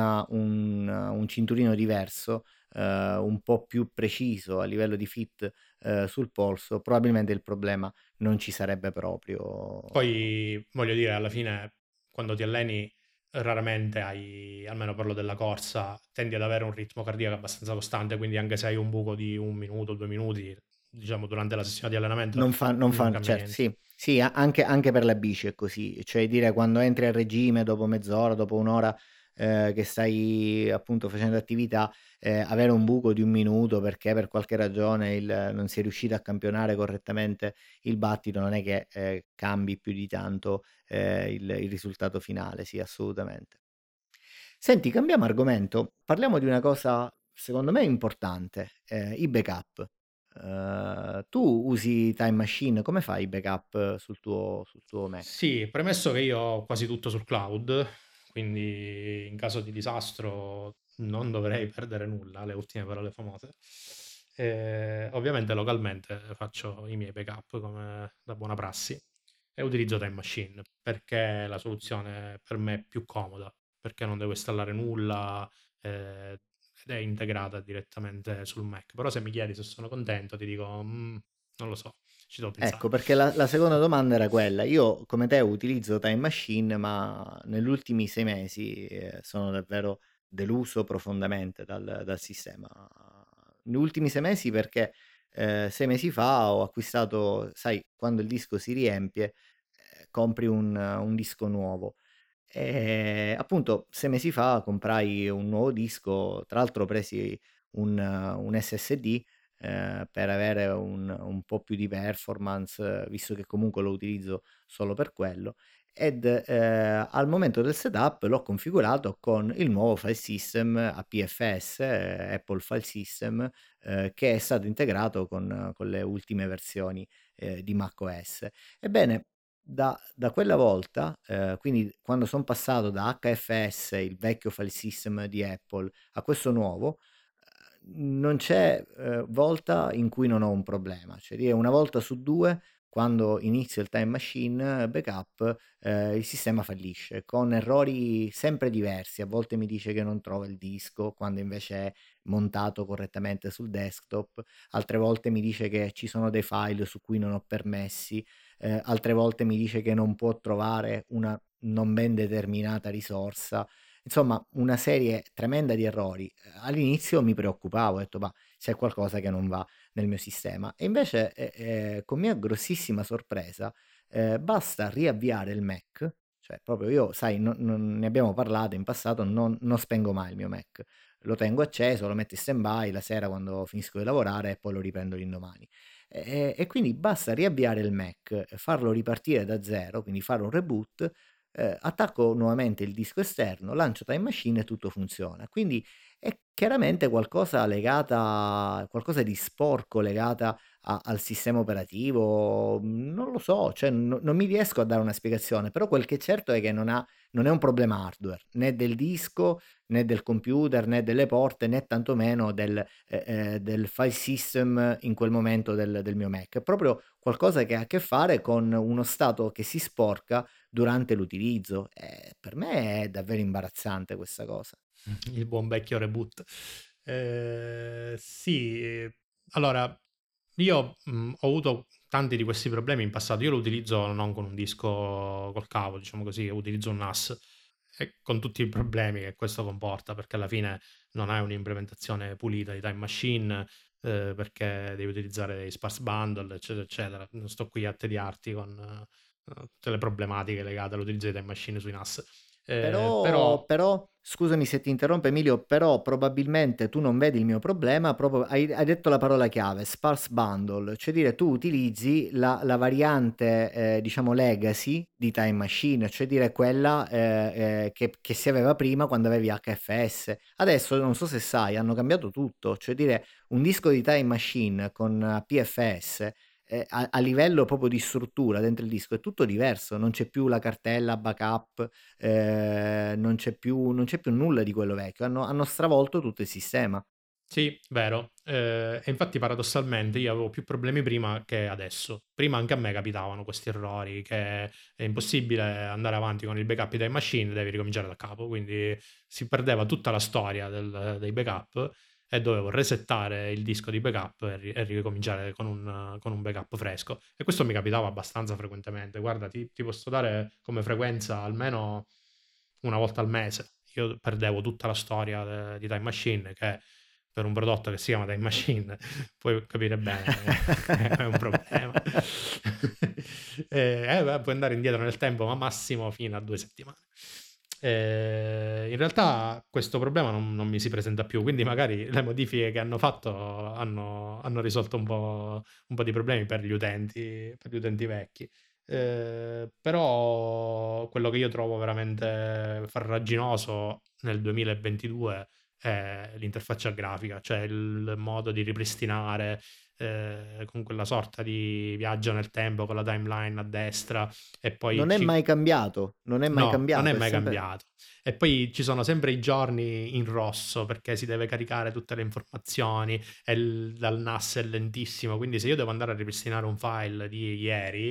un cinturino diverso, un po' più preciso a livello di fit, sul polso, probabilmente il problema non ci sarebbe proprio. Poi voglio dire, alla fine, quando ti alleni, raramente almeno parlo della corsa, tendi ad avere un ritmo cardiaco abbastanza costante, quindi anche se hai un buco di 1 minuto, 2 minuti, diciamo durante la sessione di allenamento, non Non fa cambia certo, niente. sì, sì, anche per la bici è così, cioè dire quando entri a regime dopo mezz'ora, dopo 1 ora, che stai appunto facendo attività, avere un buco di 1 minuto perché per qualche ragione non si è riuscito a campionare correttamente il battito, non è che, cambi più di tanto, il risultato finale, sì, assolutamente. Senti, cambiamo argomento, parliamo di una cosa secondo me importante, i backup. Tu usi Time Machine, come fai i backup sul tuo Mac? Sì, premesso che io ho quasi tutto sul cloud, quindi in caso di disastro non dovrei perdere nulla, le ultime parole famose. Ovviamente localmente faccio i miei backup come da buona prassi. e utilizzo Time Machine perché la soluzione per me è più comoda, perché non devo installare nulla ed è integrata direttamente sul Mac. Però se mi chiedi se sono contento, ti dico, non lo so, ci devo pensare. Ecco, perché la seconda domanda era quella. Io, come te, utilizzo Time Machine, ma negli ultimi 6 mesi sono davvero deluso profondamente dal sistema. Negli ultimi 6 mesi perché 6 mesi fa ho acquistato, sai, quando il disco si riempie, compri un disco nuovo. E appunto 6 mesi fa comprai un nuovo disco, tra l'altro presi un SSD per avere un po' più di performance, visto che comunque lo utilizzo solo per quello, ed al momento del setup l'ho configurato con il nuovo file system APFS, Apple File System, che è stato integrato con le ultime versioni di macOS. Ebbene, da quella volta, quindi quando son passato da HFS, il vecchio file system di Apple, a questo nuovo, non c'è, volta in cui non ho un problema. Cioè dire una volta su 2, quando inizio il Time Machine backup, il sistema fallisce, con errori sempre diversi. A volte mi dice che non trova il disco, quando invece è montato correttamente sul desktop, altre volte mi dice che ci sono dei file su cui non ho permessi, altre volte mi dice che non può trovare una non ben determinata risorsa. Insomma, una serie tremenda di errori. All'inizio mi preoccupavo, ho detto: "Ma c'è qualcosa che non va nel mio sistema". E invece, con mia grossissima sorpresa, basta riavviare il Mac, cioè proprio io sai, non ne abbiamo parlato in passato, non spengo mai il mio Mac. Lo tengo acceso, lo metto in stand-by la sera quando finisco di lavorare e poi lo riprendo l'indomani. E quindi basta riavviare il Mac, farlo ripartire da zero, quindi fare un reboot, attacco nuovamente il disco esterno, lancio Time Machine e tutto funziona. Quindi è chiaramente qualcosa di sporco legata al sistema operativo, non lo so, cioè non mi riesco a dare una spiegazione, però quel che è certo è che non è un problema hardware, né del disco, né del computer, né delle porte, né tantomeno del file system in quel momento del mio Mac. È proprio qualcosa che ha a che fare con uno stato che si sporca durante l'utilizzo. Per me è davvero imbarazzante questa cosa. Il buon vecchio reboot. Sì, allora io ho avuto tanti di questi problemi in passato. Io lo utilizzo non con un disco col cavo, diciamo così, utilizzo un NAS e con tutti i problemi che questo comporta, perché alla fine non hai un'implementazione pulita di Time Machine, perché devi utilizzare dei sparse bundle, eccetera, eccetera. Non sto qui a tediarti con tutte le problematiche legate all'utilizzo di Time Machine sui NAS. Però, Però però, scusami se ti interrompo Emilio, però probabilmente tu non vedi il mio problema, proprio hai detto la parola chiave, sparse bundle, cioè dire tu utilizzi la variante, diciamo legacy di Time Machine, cioè dire quella che si aveva prima quando avevi HFS. Adesso non so se sai, hanno cambiato tutto, cioè dire un disco di Time Machine con PFS a livello proprio di struttura dentro il disco è tutto diverso, non c'è più la cartella backup, non c'è più nulla di quello vecchio, hanno stravolto tutto il sistema. sì, vero. E infatti paradossalmente io avevo più problemi prima che adesso. Prima anche a me capitavano questi errori, che è impossibile andare avanti con il backup di Time Machine, devi ricominciare da capo, quindi si perdeva tutta la storia dei backup e dovevo resettare il disco di backup e ricominciare con un backup fresco. E questo mi capitava abbastanza frequentemente. Guarda, ti posso dare come frequenza almeno una volta al mese. Io perdevo tutta la storia di Time Machine, che per un prodotto che si chiama Time Machine puoi capire bene che è un problema. Puoi andare indietro nel tempo, ma massimo fino a 2 settimane. In realtà questo problema non mi si presenta più, quindi magari le modifiche che hanno fatto hanno risolto un po' di problemi per gli utenti vecchi. Però quello che io trovo veramente farraginoso nel 2022 è l'interfaccia grafica, cioè il modo di ripristinare con quella sorta di viaggio nel tempo con la timeline a destra e poi Non è mai cambiato, non è mai no, non è cambiato, è mai sempre cambiato. E poi ci sono sempre i giorni in rosso perché si deve caricare tutte le informazioni e dal NAS è lentissimo. Quindi se io devo andare a ripristinare un file di ieri,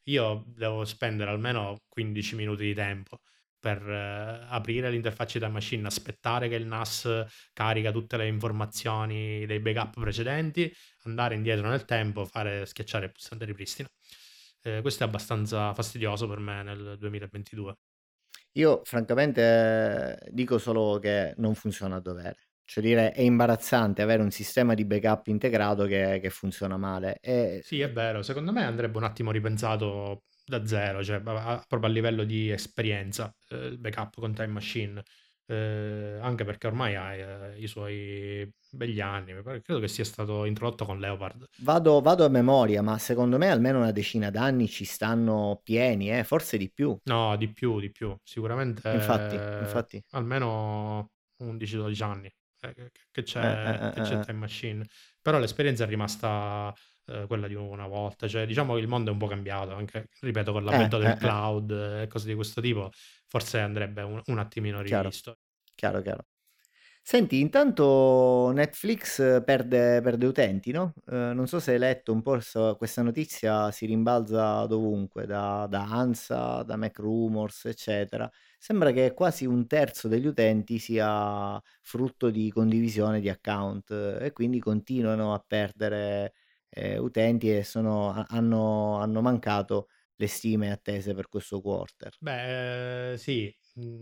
io devo spendere almeno 15 minuti di tempo per aprire l'interfaccia di Time Machine, aspettare che il NAS carica tutte le informazioni dei backup precedenti, andare indietro nel tempo, schiacciare il pulsante ripristino. Questo è abbastanza fastidioso per me nel 2022. Io francamente dico solo che non funziona a dovere. Cioè dire è imbarazzante avere un sistema di backup integrato che funziona male. Sì, è vero, secondo me andrebbe un attimo ripensato da zero, cioè proprio a livello di esperienza, il backup con Time Machine, anche perché ormai ha i suoi begli anni, credo che sia stato introdotto con Leopard. vado a memoria, ma secondo me almeno una decina d'anni ci stanno pieni, forse di più. No, di più, sicuramente Infatti. almeno 11-12 anni che c'è Eh. Time Machine, però l'esperienza è rimasta quella di una volta, cioè diciamo che il mondo è un po' cambiato, anche, ripeto, con l'avvento del Eh. cloud e cose di questo tipo, forse andrebbe un attimino Chiaro, rivisto. chiaro. Senti, intanto Netflix perde utenti, no? Non so se hai letto un po' questa notizia, si rimbalza dovunque, da ANSA, da MacRumors, eccetera. Sembra che quasi un terzo degli utenti sia frutto di condivisione di account e quindi continuano a perdere utenti e hanno mancato le stime attese per questo quarter. Beh, sì,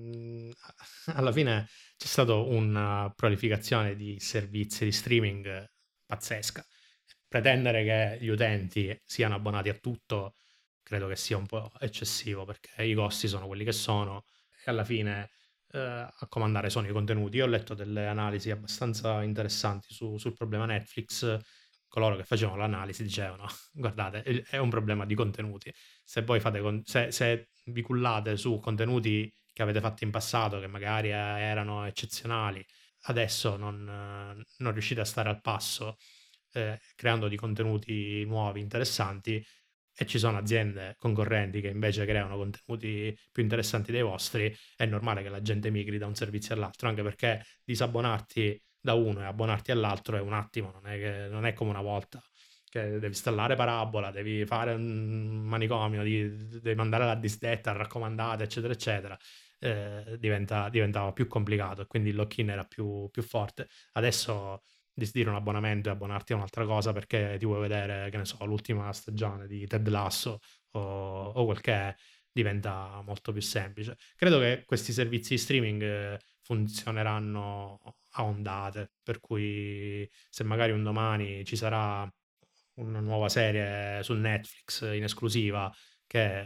alla fine c'è stata una prolificazione di servizi di streaming pazzesca. Pretendere che gli utenti siano abbonati a tutto credo che sia un po' eccessivo perché i costi sono quelli che sono e alla fine a comandare sono i contenuti. Io ho letto delle analisi abbastanza interessanti sul problema Netflix. Coloro che facevano l'analisi dicevano: guardate, è un problema di contenuti. Se voi se vi cullate su contenuti che avete fatto in passato, che magari erano eccezionali, adesso non riuscite a stare al passo creando di contenuti nuovi, interessanti, e ci sono aziende concorrenti che invece creano contenuti più interessanti dei vostri, è normale che la gente migri da un servizio all'altro, anche perché disabbonarti da uno e abbonarti all'altro è un attimo, non è come una volta che devi installare parabola, devi fare un manicomio, devi mandare la disdetta, raccomandate, eccetera, eccetera. Diventava più complicato e quindi il lock-in era più forte. Adesso disdire un abbonamento e abbonarti a un'altra cosa perché ti vuoi vedere, che ne so, l'ultima stagione di Ted Lasso o quel che è, diventa molto più semplice. Credo che questi servizi di streaming funzioneranno a ondate, per cui se magari un domani ci sarà una nuova serie su Netflix in esclusiva che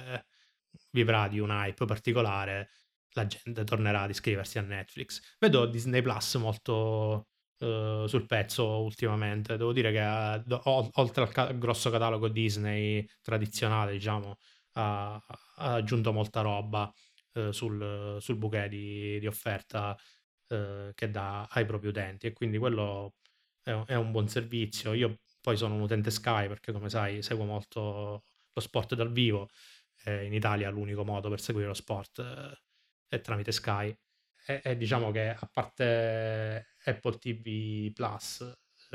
vivrà di un hype particolare, la gente tornerà ad iscriversi a Netflix. Vedo Disney Plus molto sul pezzo ultimamente. Devo dire che oltre al grosso catalogo Disney tradizionale, diciamo, ha aggiunto molta roba sul bouquet di offerta che dà ai propri utenti e quindi quello è un buon servizio. Io poi sono un utente Sky perché, come sai, seguo molto lo sport dal vivo. In Italia l'unico modo per seguire lo sport è tramite Sky. E diciamo che a parte Apple TV Plus,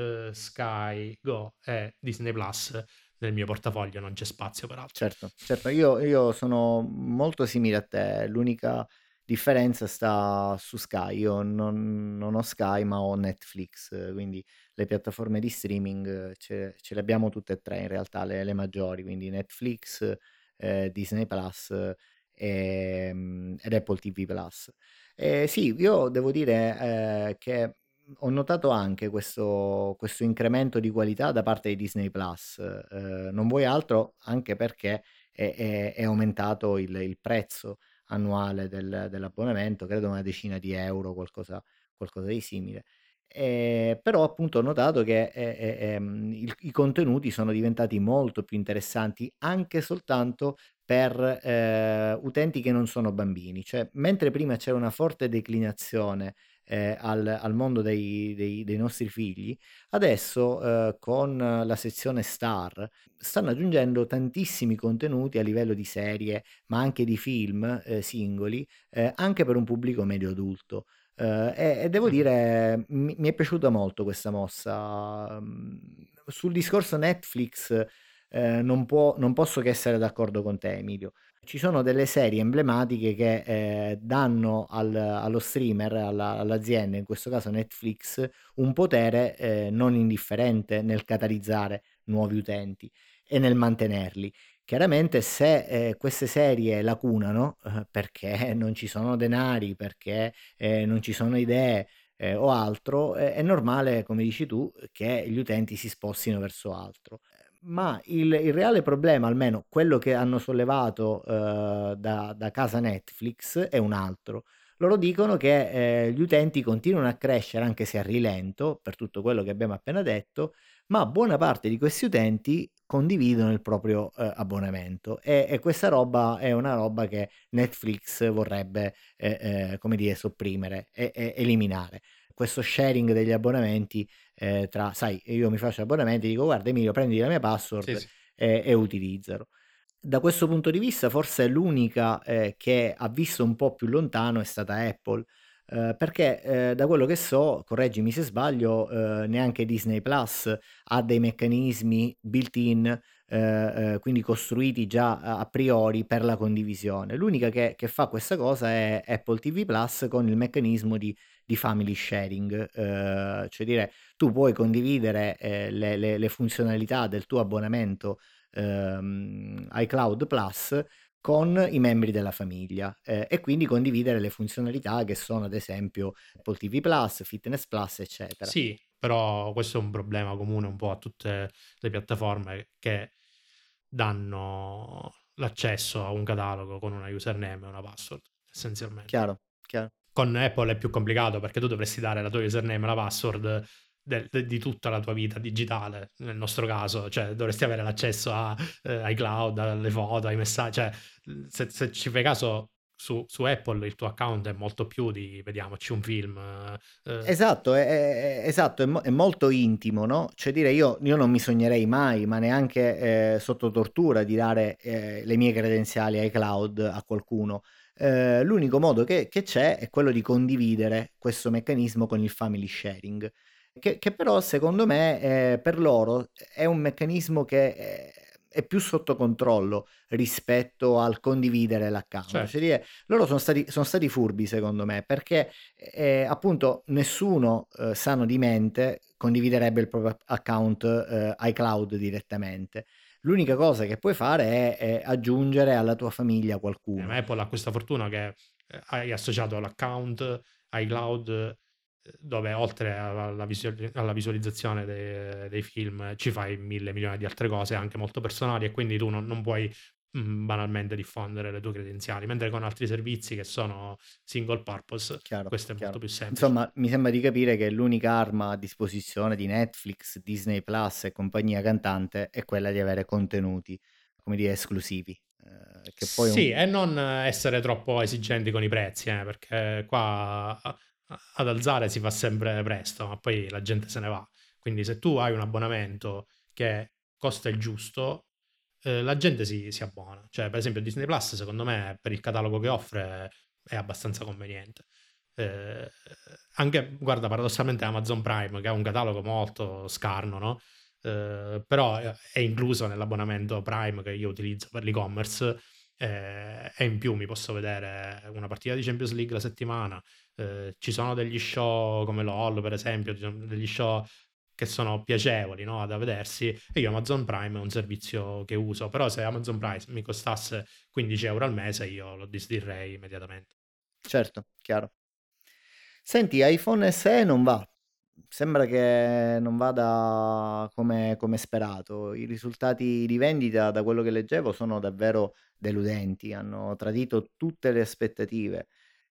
Sky Go e Disney Plus, nel mio portafoglio non c'è spazio per altro. Certo, io sono molto simile a te, l'unica differenza sta su Sky. Io non ho Sky, ma ho Netflix, quindi le piattaforme di streaming ce le abbiamo tutte e tre in realtà, le maggiori, quindi Netflix, Disney Plus, ed Apple TV Plus. Sì, io devo dire, che ho notato anche questo incremento di qualità da parte di Disney Plus, non vuoi altro anche perché è aumentato il prezzo annuale dell'abbonamento, credo una decina di euro, qualcosa di simile. Però appunto ho notato che, i contenuti sono diventati molto più interessanti anche soltanto per, utenti che non sono bambini. Cioè, mentre prima c'era una forte declinazione al mondo dei nostri figli, adesso con la sezione Star stanno aggiungendo tantissimi contenuti a livello di serie, ma anche di film singoli, anche per un pubblico medio adulto. E devo Mhm. dire, mi è piaciuta molto questa mossa. Sul discorso Netflix, non posso che essere d'accordo con te, Emilio. Ci sono delle serie emblematiche che danno allo streamer, all'azienda, in questo caso Netflix, un potere non indifferente nel catalizzare nuovi utenti e nel mantenerli. Chiaramente se queste serie lacunano, perché non ci sono denari, perché non ci sono idee o altro, è normale, come dici tu, che gli utenti si spostino verso altro. Ma il reale problema, almeno quello che hanno sollevato da casa Netflix, è un altro. Loro dicono che gli utenti continuano a crescere anche se a rilento, per tutto quello che abbiamo appena detto, ma buona parte di questi utenti condividono il proprio abbonamento e questa roba è una roba che Netflix vorrebbe, come dire, sopprimere e eliminare. Questo sharing degli abbonamenti sai, io mi faccio abbonamenti, dico guarda Emilio, prendi la mia Sì, password sì. e utilizzalo. Da questo punto di vista, forse l'unica che ha visto un po' più lontano è stata Apple, perché da quello che so, correggimi se sbaglio, neanche Disney Plus ha dei meccanismi built-in, quindi costruiti già a priori per la condivisione. L'unica che fa questa cosa è Apple TV Plus con il meccanismo di family sharing, cioè dire tu puoi condividere le funzionalità del tuo abbonamento iCloud Plus con i membri della famiglia e quindi condividere le funzionalità che sono ad esempio Apple TV Plus, Fitness Plus, eccetera. Sì, però questo è un problema comune un po' a tutte le piattaforme che danno l'accesso a un catalogo con una username e una password, essenzialmente. Chiaro, chiaro. Con Apple è più complicato perché tu dovresti dare la tua username e la password di tutta la tua vita digitale, nel nostro caso, cioè dovresti avere l'accesso a iCloud, alle foto, ai messaggi, cioè se ci fai caso su Apple il tuo account è molto più di vediamoci un film. Esatto, esatto, è molto intimo, no? Cioè dire io non mi sognerei mai, ma neanche sotto tortura, di dare le mie credenziali ai cloud a qualcuno. L'unico modo che c'è è quello di condividere questo meccanismo con il family sharing, che però secondo me per loro è un meccanismo che è più sotto controllo rispetto al condividere l'account. Cioè Certo. dire, loro sono stati furbi secondo me, perché appunto nessuno sano di mente condividerebbe il proprio account iCloud direttamente. L'unica cosa che puoi fare è aggiungere alla tua famiglia Ma qualcuno. Apple ha questa fortuna che hai associato all'account iCloud dove oltre alla visualizzazione dei film ci fai 1.000 milioni di altre cose anche molto personali e quindi tu non puoi banalmente diffondere le tue credenziali, mentre con altri servizi che sono single purpose Chiaro, questo è molto chiaro. più semplice. Insomma, mi sembra di capire che l'unica arma a disposizione di Netflix, Disney Plus e compagnia cantante è quella di avere contenuti, come dire, esclusivi. Che poi Sì, e non essere troppo esigenti con i prezzi, perché qua ad alzare si fa sempre presto, ma poi la gente se ne va. Quindi se tu hai un abbonamento che costa il giusto, la gente si abbona. Cioè, per esempio, Disney Plus, secondo me, per il catalogo che offre, è abbastanza conveniente. Eh, Anche, guarda, paradossalmente Amazon Prime, che ha un catalogo molto scarno, no? Però è incluso nell'abbonamento Prime che io utilizzo per l'e-commerce e in più mi posso vedere una partita di Champions League la settimana. Ci sono degli show come LOL, per esempio, ci sono degli show che sono piacevoli, no, da vedersi. E io Amazon Prime è un servizio che uso, però se Amazon Prime mi costasse 15 euro al mese io lo disdirei immediatamente. certo, chiaro. Senti, iPhone SE non va. Sembra che non vada come sperato. I risultati di vendita, da quello che leggevo, sono davvero deludenti, hanno tradito tutte le aspettative.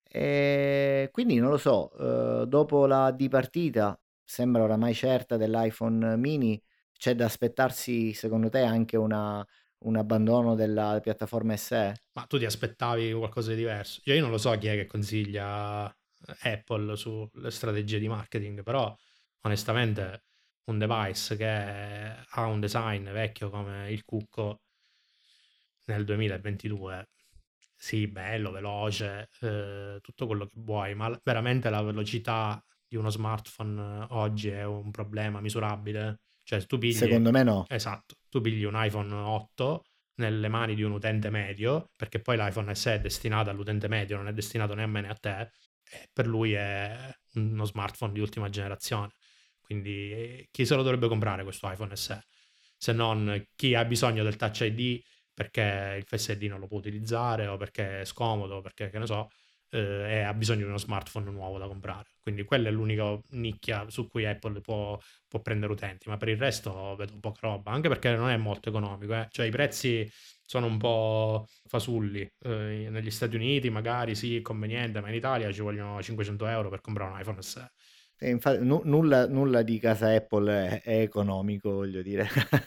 E quindi non lo so, dopo la dipartita, sembra oramai certa dell'iPhone mini, c'è da aspettarsi, secondo te, anche un abbandono della piattaforma SE? Ma tu ti aspettavi qualcosa di diverso? Io non lo so chi è che consiglia Apple sulle strategie di marketing, però onestamente un device che ha un design vecchio come il cucco nel 2022, sì, bello, veloce, tutto quello che vuoi, ma veramente la velocità di uno smartphone oggi è un problema misurabile? Cioè, se tu pigli, Secondo me no. esatto, tu pigli un iPhone 8 nelle mani di un utente medio, perché poi l'iPhone SE è destinato all'utente medio, non è destinato né a me né a te, e per lui è uno smartphone di ultima generazione. Quindi chi se lo dovrebbe comprare questo iPhone SE? Se non chi ha bisogno del Touch ID perché il Face ID non lo può utilizzare o perché è scomodo, perché che ne so, e ha bisogno di uno smartphone nuovo da comprare. Quindi quella è l'unica nicchia su cui Apple può prendere utenti, ma per il resto vedo poca roba, anche perché non è molto economico, eh. Cioè i prezzi sono un po' fasulli. Negli Stati Uniti magari sì, è conveniente, ma in Italia ci vogliono 500 euro per comprare un iPhone SE. Nulla di casa Apple è economico, voglio dire.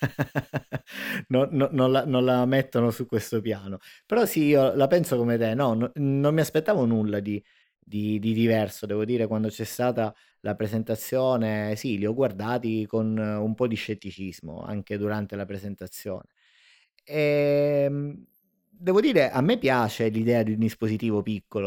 Non la mettono su questo piano. Però sì, io la penso come te, no, non mi aspettavo nulla di diverso, devo dire, quando c'è stata la presentazione, sì, li ho guardati con un po' di scetticismo anche durante la presentazione. Devo dire, a me piace l'idea di un dispositivo piccolo,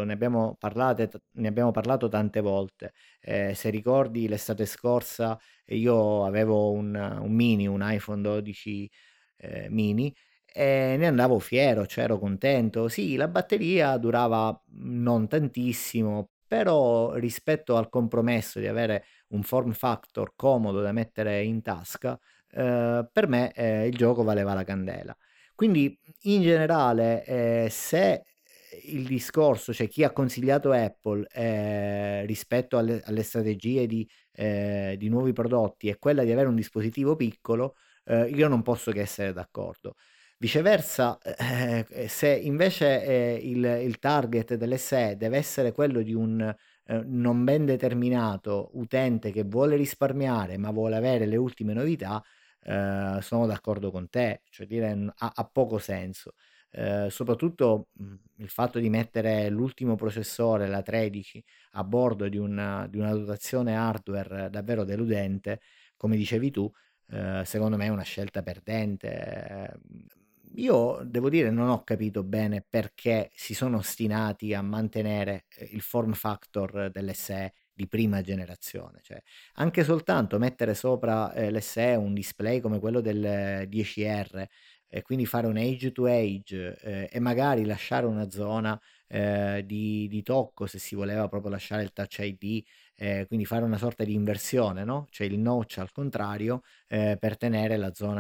ne abbiamo parlato tante volte. Se ricordi l'estate scorsa, io avevo un mini, un iPhone 12 mini, e ne andavo fiero, cioè ero contento. Sì, la batteria durava non tantissimo, però rispetto al compromesso di avere un form factor comodo da mettere in tasca, per me il gioco valeva la candela. Quindi in generale, se il discorso, cioè chi ha consigliato Apple rispetto alle strategie di nuovi prodotti è quella di avere un dispositivo piccolo, io non posso che essere d'accordo. Viceversa, se invece il target dell'SE deve essere quello di un non ben determinato utente che vuole risparmiare ma vuole avere le ultime novità, sono d'accordo con te, cioè dire ha poco senso. Soprattutto il fatto di mettere l'ultimo processore, la 13, a bordo di una dotazione hardware davvero deludente, come dicevi tu, secondo me è una scelta perdente. Io devo dire non ho capito bene perché si sono ostinati a mantenere il form factor dell'SE di prima generazione, cioè anche soltanto mettere sopra l'SE un display come quello del 10R e quindi fare un age to age e magari lasciare una zona di tocco se si voleva proprio lasciare il Touch ID, quindi fare una sorta di inversione, no? Cioè il notch al contrario per tenere la zona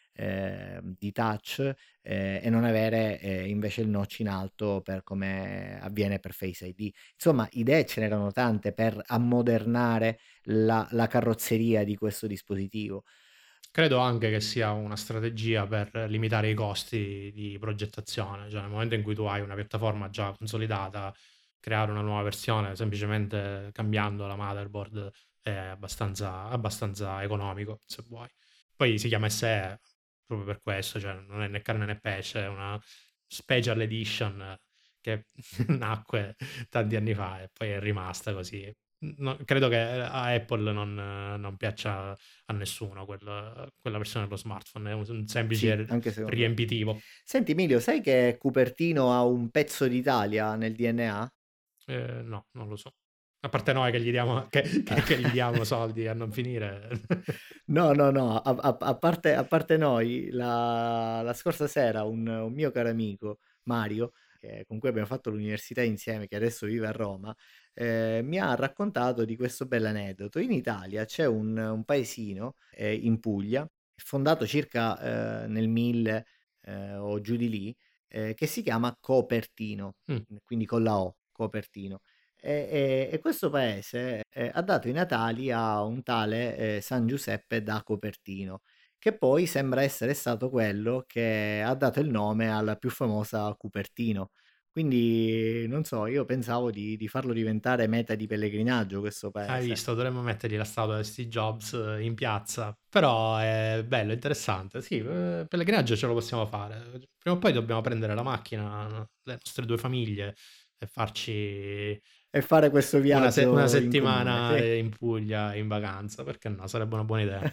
di touch e non avere invece il notch in alto per come avviene per Face ID. Insomma, idee ce n'erano tante per ammodernare la carrozzeria di questo dispositivo. Credo anche che sia una strategia per limitare i costi di progettazione, cioè nel momento in cui tu hai una piattaforma già consolidata, creare una nuova versione semplicemente cambiando la motherboard è abbastanza economico, se vuoi. Poi si chiama SE proprio per questo, cioè non è né carne né pesce, è una special edition che nacque tanti anni fa e poi è rimasta così. Credo che a Apple non piaccia a nessuno quella versione dello smartphone, è un Sì, semplice anche secondo me. riempitivo. Senti Emilio, sai che Cupertino ha un pezzo d'Italia nel DNA? No, non lo so. A parte noi che gli diamo, che gli diamo soldi a non finire. No, a parte noi, la scorsa sera un mio caro amico, Mario, con cui abbiamo fatto l'università insieme, che adesso vive a Roma, mi ha raccontato di questo bell'aneddoto. In Italia c'è un paesino in Puglia, fondato circa nel 1000 o giù di lì, che si chiama Copertino, Mm. quindi con la O, Copertino. E questo paese ha dato i natali a un tale San Giuseppe da Copertino, che poi sembra essere stato quello che ha dato il nome alla più famosa Cupertino. Quindi non so, io pensavo di farlo diventare meta di pellegrinaggio questo Hai paese. visto, dovremmo mettergli la statua di Steve Jobs in piazza, però è bello, interessante. Sì, pellegrinaggio ce lo possiamo fare. Prima o poi dobbiamo prendere la macchina, le nostre due famiglie e farci E fare questo una viaggio in comune, settimana sì. in Puglia in vacanza, perché no? Sarebbe una buona idea.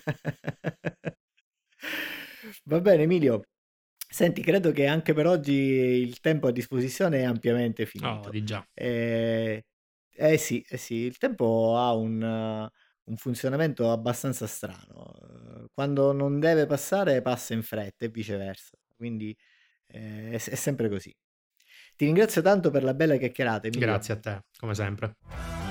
Va bene, Emilio. Senti, credo che anche per oggi il tempo a disposizione è ampiamente Oh, finito. di già. Sì, il tempo ha un funzionamento abbastanza strano. quando non deve passare passa in fretta e viceversa, quindi è sempre così. Ti ringrazio tanto per la bella chiacchierata, Emilio. Grazie a te, come sempre.